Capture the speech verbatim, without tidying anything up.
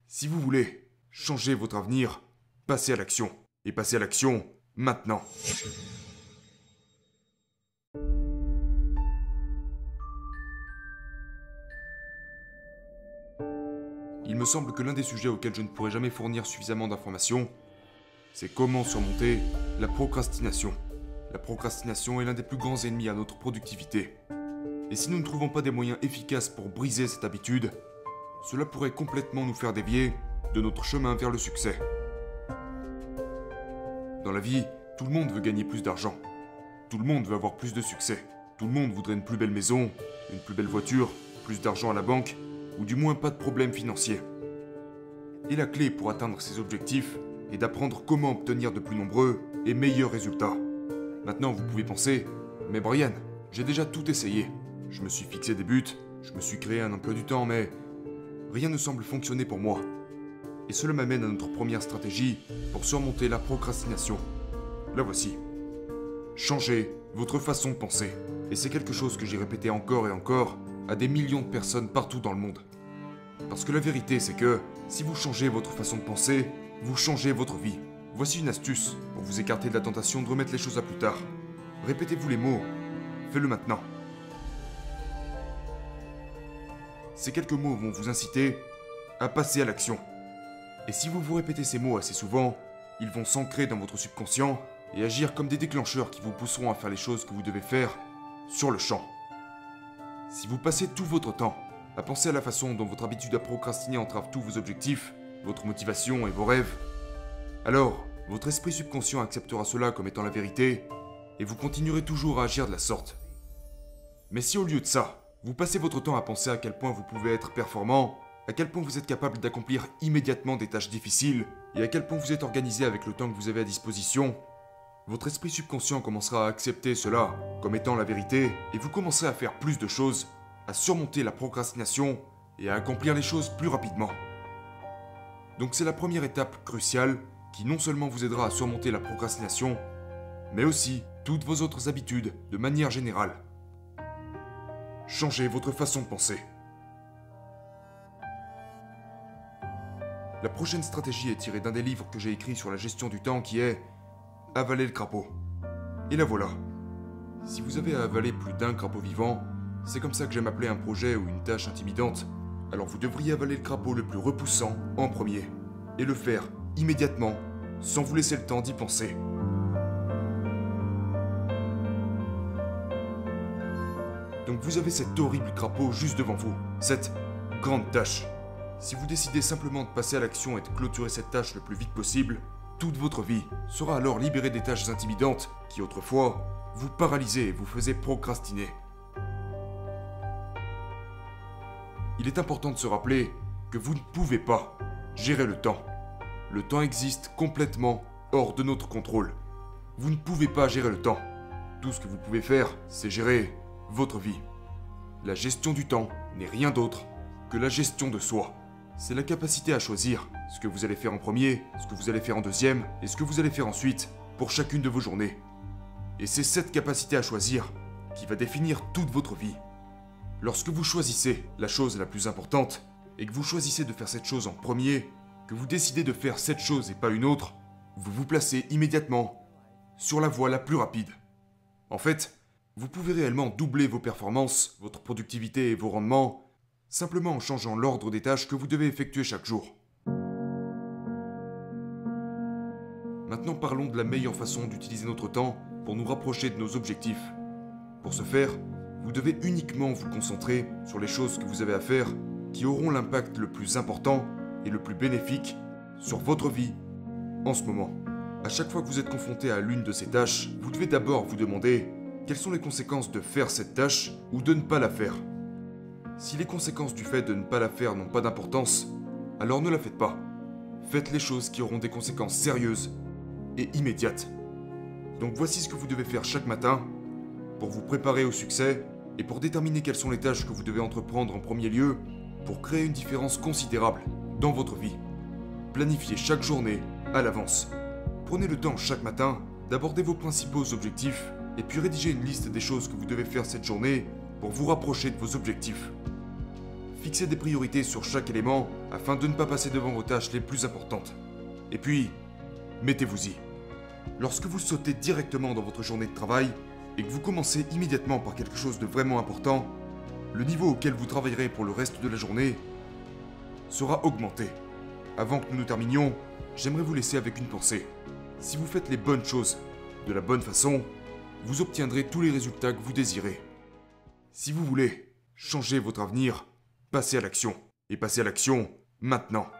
Si vous voulez changer votre avenir, passez à l'action. Et passez à l'action maintenant. Il me semble que l'un des sujets auxquels je ne pourrai jamais fournir suffisamment d'informations, c'est comment surmonter la procrastination. La procrastination est l'un des plus grands ennemis à notre productivité. Et si nous ne trouvons pas des moyens efficaces pour briser cette habitude, cela pourrait complètement nous faire dévier de notre chemin vers le succès. Dans la vie, tout le monde veut gagner plus d'argent. Tout le monde veut avoir plus de succès. Tout le monde voudrait une plus belle maison, une plus belle voiture, plus d'argent à la banque, ou du moins pas de problèmes financiers. Et la clé pour atteindre ces objectifs est d'apprendre comment obtenir de plus nombreux et meilleurs résultats. Maintenant, vous pouvez penser, mais Brian, j'ai déjà tout essayé. Je me suis fixé des buts, je me suis créé un emploi du temps, mais rien ne semble fonctionner pour moi. Et cela m'amène à notre première stratégie pour surmonter la procrastination. La voici. Changez votre façon de penser. Et c'est quelque chose que j'ai répété encore et encore à des millions de personnes partout dans le monde. Parce que la vérité, c'est que si vous changez votre façon de penser, vous changez votre vie. Voici une astuce pour vous écarter de la tentation de remettre les choses à plus tard. Répétez-vous les mots. Faites-le maintenant. Ces quelques mots vont vous inciter à passer à l'action. Et si vous vous répétez ces mots assez souvent, ils vont s'ancrer dans votre subconscient et agir comme des déclencheurs qui vous pousseront à faire les choses que vous devez faire sur le champ. Si vous passez tout votre temps à penser à la façon dont votre habitude à procrastiner entrave tous vos objectifs, votre motivation et vos rêves, alors votre esprit subconscient acceptera cela comme étant la vérité et vous continuerez toujours à agir de la sorte. Mais si au lieu de ça, vous passez votre temps à penser à quel point vous pouvez être performant, à quel point vous êtes capable d'accomplir immédiatement des tâches difficiles, et à quel point vous êtes organisé avec le temps que vous avez à disposition, votre esprit subconscient commencera à accepter cela comme étant la vérité, et vous commencerez à faire plus de choses, à surmonter la procrastination, et à accomplir les choses plus rapidement. Donc c'est la première étape cruciale qui non seulement vous aidera à surmonter la procrastination, mais aussi toutes vos autres habitudes de manière générale. Changez votre façon de penser. La prochaine stratégie est tirée d'un des livres que j'ai écrit sur la gestion du temps qui est « Avaler le crapaud ». Et la voilà. Si vous avez à avaler plus d'un crapaud vivant, c'est comme ça que j'aime appeler un projet ou une tâche intimidante, alors vous devriez avaler le crapaud le plus repoussant en premier, et le faire immédiatement, sans vous laisser le temps d'y penser. Donc vous avez cet horrible crapaud juste devant vous, cette grande tâche. Si vous décidez simplement de passer à l'action et de clôturer cette tâche le plus vite possible, toute votre vie sera alors libérée des tâches intimidantes qui autrefois vous paralysaient et vous faisaient procrastiner. Il est important de se rappeler que vous ne pouvez pas gérer le temps. Le temps existe complètement hors de notre contrôle. Vous ne pouvez pas gérer le temps. Tout ce que vous pouvez faire, c'est gérer votre vie. La gestion du temps n'est rien d'autre que la gestion de soi. C'est la capacité à choisir ce que vous allez faire en premier, ce que vous allez faire en deuxième et ce que vous allez faire ensuite pour chacune de vos journées. Et c'est cette capacité à choisir qui va définir toute votre vie. Lorsque vous choisissez la chose la plus importante et que vous choisissez de faire cette chose en premier, que vous décidez de faire cette chose et pas une autre, vous vous placez immédiatement sur la voie la plus rapide. En fait, vous pouvez réellement doubler vos performances, votre productivité et vos rendements simplement en changeant l'ordre des tâches que vous devez effectuer chaque jour. Maintenant parlons de la meilleure façon d'utiliser notre temps pour nous rapprocher de nos objectifs. Pour ce faire, vous devez uniquement vous concentrer sur les choses que vous avez à faire qui auront l'impact le plus important et le plus bénéfique sur votre vie en ce moment. À chaque fois que vous êtes confronté à l'une de ces tâches, vous devez d'abord vous demander quelles sont les conséquences de faire cette tâche ou de ne pas la faire. Si les conséquences du fait de ne pas la faire n'ont pas d'importance, alors ne la faites pas. Faites les choses qui auront des conséquences sérieuses et immédiates. Donc voici ce que vous devez faire chaque matin pour vous préparer au succès et pour déterminer quelles sont les tâches que vous devez entreprendre en premier lieu pour créer une différence considérable dans votre vie. Planifiez chaque journée à l'avance. Prenez le temps chaque matin d'aborder vos principaux objectifs et puis rédigez une liste des choses que vous devez faire cette journée pour vous rapprocher de vos objectifs. Fixez des priorités sur chaque élément afin de ne pas passer devant vos tâches les plus importantes. Et puis, mettez-vous-y. Lorsque vous sautez directement dans votre journée de travail et que vous commencez immédiatement par quelque chose de vraiment important, le niveau auquel vous travaillerez pour le reste de la journée sera augmenté. Avant que nous nous terminions, j'aimerais vous laisser avec une pensée. Si vous faites les bonnes choses de la bonne façon, vous obtiendrez tous les résultats que vous désirez. Si vous voulez changer votre avenir, passez à l'action. Et passez à l'action maintenant.